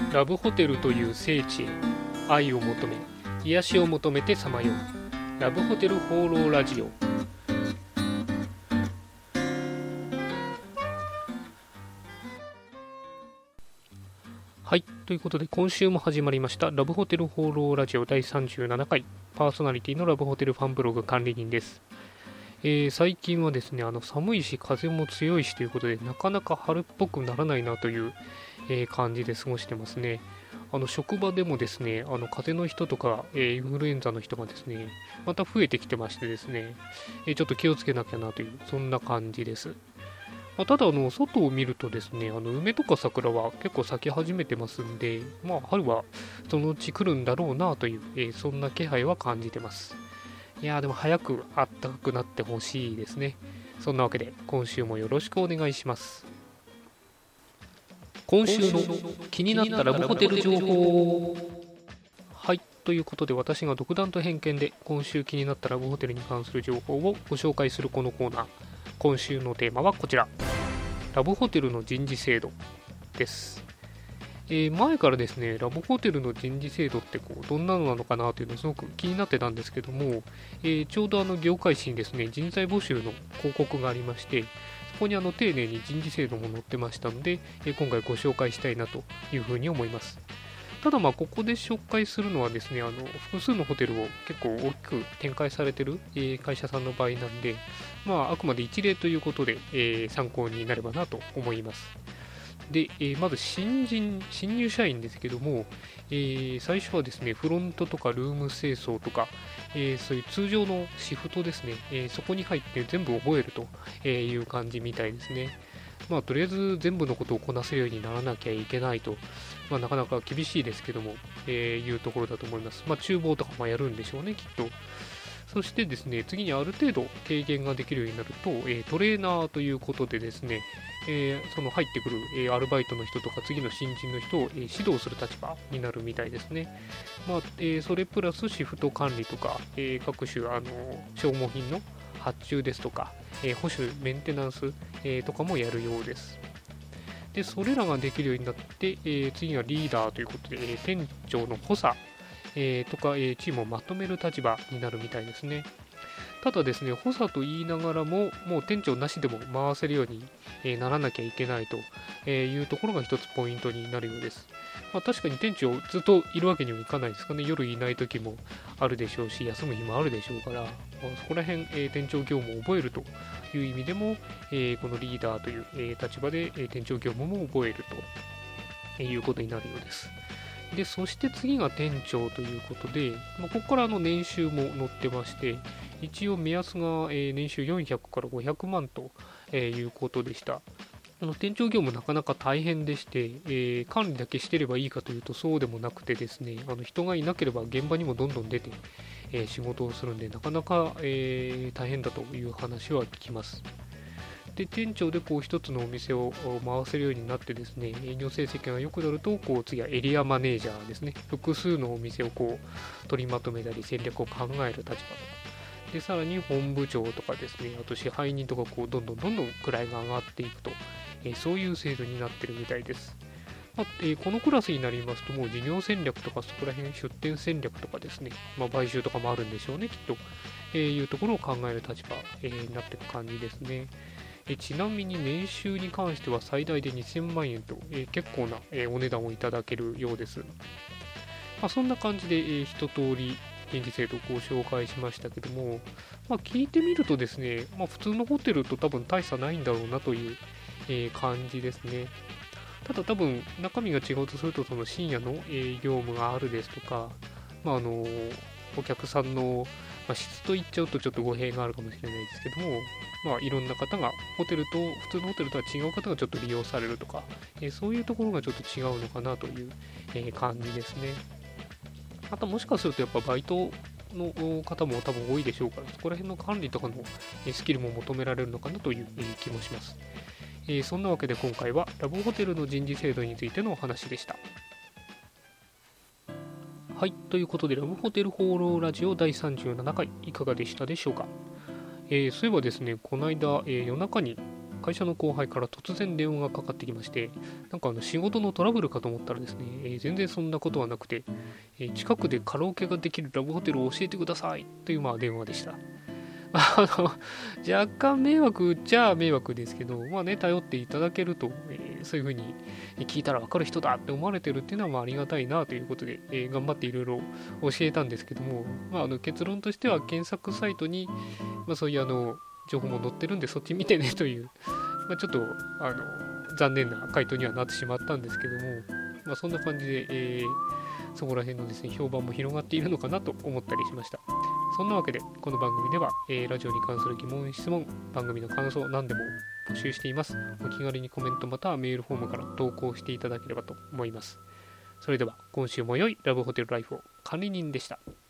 ラブホテルという聖地へ愛を求め癒しを求めてさまようラブホテル放浪ラジオ。はい、ということで今週も始まりましたラブホテル放浪ラジオ第37回、パーソナリティのラブホテルファンブログ管理人です。最近はですね、寒いし風も強いしということでなかなか春っぽくならないなという、感じで過ごしてますね。職場でもですね、風邪の人とか、インフルエンザの人がですね、また増えてきてましてですね、ちょっと気をつけなきゃなという、そんな感じです。ただ外を見るとですね、梅とか桜は結構咲き始めてますんで、春はそのうち来るんだろうなという、そんな気配は感じてます。いやーでも早く暖かくなってほしいですね。そんなわけで今週もよろしくお願いします。今週の気になったラブホテル情報。はい、ということで私が独断と偏見で今週気になったラブホテルに関する情報をご紹介するこのコーナー。今週のテーマはこちら、ラブホテルの人事制度です。前からですね、ラブホテルの人事制度ってどんなのなのかなというのをすごく気になってたんですけども、ちょうど業界誌にですね、人材募集の広告がありまして、そこに丁寧に人事制度も載ってましたので、今回ご紹介したいなというふうに思います。ただここで紹介するのはですね、複数のホテルを結構大きく展開されている、会社さんの場合なんで、あくまで一例ということで、参考になればなと思います。で、まず新入社員ですけども、最初はですね、フロントとかルーム清掃とか、そういう通常のシフトですね、そこに入って全部覚えるという感じみたいですね。とりあえず全部のことをこなせるようにならなきゃいけないと、なかなか厳しいですけども、いうところだと思います。厨房とかもやるんでしょうね、きっと。そしてですね、次にある程度軽減ができるようになると、トレーナーということでですね、その入ってくる、アルバイトの人とか次の新人の人を、指導する立場になるみたいですね。それプラスシフト管理とか、各種消耗品の発注ですとか、保守メンテナンス、とかもやるようです。でそれらができるようになって、次はリーダーということで、店長の補佐とか、チームをまとめる立場になるみたいですね。ただですね、補佐と言いながらも、もう店長なしでも回せるようにならなきゃいけないというところが一つポイントになるようです。確かに店長ずっといるわけにはいかないですかね。夜いない時もあるでしょうし、休む日もあるでしょうから、そこら辺、店長業務を覚えるという意味でも、このリーダーという、立場で、店長業務も覚えるということになるようです。でそして次が店長ということで、ここから年収も載ってまして、一応目安が、年収400から500万ということでした。店長業務なかなか大変でして、管理だけしてればいいかというとそうでもなくてですね、人がいなければ現場にもどんどん出て、仕事をするんでなかなか、大変だという話は聞きます。で店長で一つのお店を回せるようになってですね、営業成績が良くなると次はエリアマネージャーですね、複数のお店を取りまとめたり戦略を考える立場で、さらに本部長とかですね、あと支配人とかどんどん位が上がっていくと、そういう制度になってるみたいです。このクラスになりますともう事業戦略とかそこら辺出店戦略とかですね、買収とかもあるんでしょうねきっと、いうところを考える立場、になっていく感じですね。ちなみに年収に関しては最大で2000万円と、結構な、お値段をいただけるようです。そんな感じで、一通り人事制度をご紹介しましたけども、聞いてみるとですね、普通のホテルと多分大差ないんだろうなという、感じですね。ただ多分中身が違うとすると、その深夜の業務があるですとか、お客さんの、質と言っちゃうとちょっと語弊があるかもしれないですけども、いろんな方が普通のホテルとは違う方がちょっと利用されるとか、そういうところがちょっと違うのかなという、感じですね。あともしかするとやっぱバイトの方も多分多いでしょうから、そこら辺の管理とかのスキルも求められるのかなという気もします。そんなわけで今回はラブホテルの人事制度についてのお話でした。はい、ということでラブホテル放浪ラジオ第37回いかがでしたでしょうか。そういえばですね、この間、夜中に会社の後輩から突然電話がかかってきまして、なんか仕事のトラブルかと思ったらですね、全然そんなことはなくて、近くでカラオケができるラブホテルを教えてくださいという電話でした。若干迷惑っちゃ迷惑ですけど、頼っていただけると、そういう風に聞いたら分かる人だって思われてるっていうのはありがたいなということで、頑張っていろいろ教えたんですけども、結論としては検索サイトに、そういう情報も載ってるんでそっち見てねという、ちょっと残念な回答にはなってしまったんですけども、そんな感じで、そこら辺のですね評判も広がっているのかなと思ったりしました。そんなわけでこの番組では、ラジオに関する疑問質問、番組の感想何でも募集しています。お気軽にコメントまたはメールフォームから投稿していただければと思います。それでは今週も良いラブホテルライフを。管理人でした。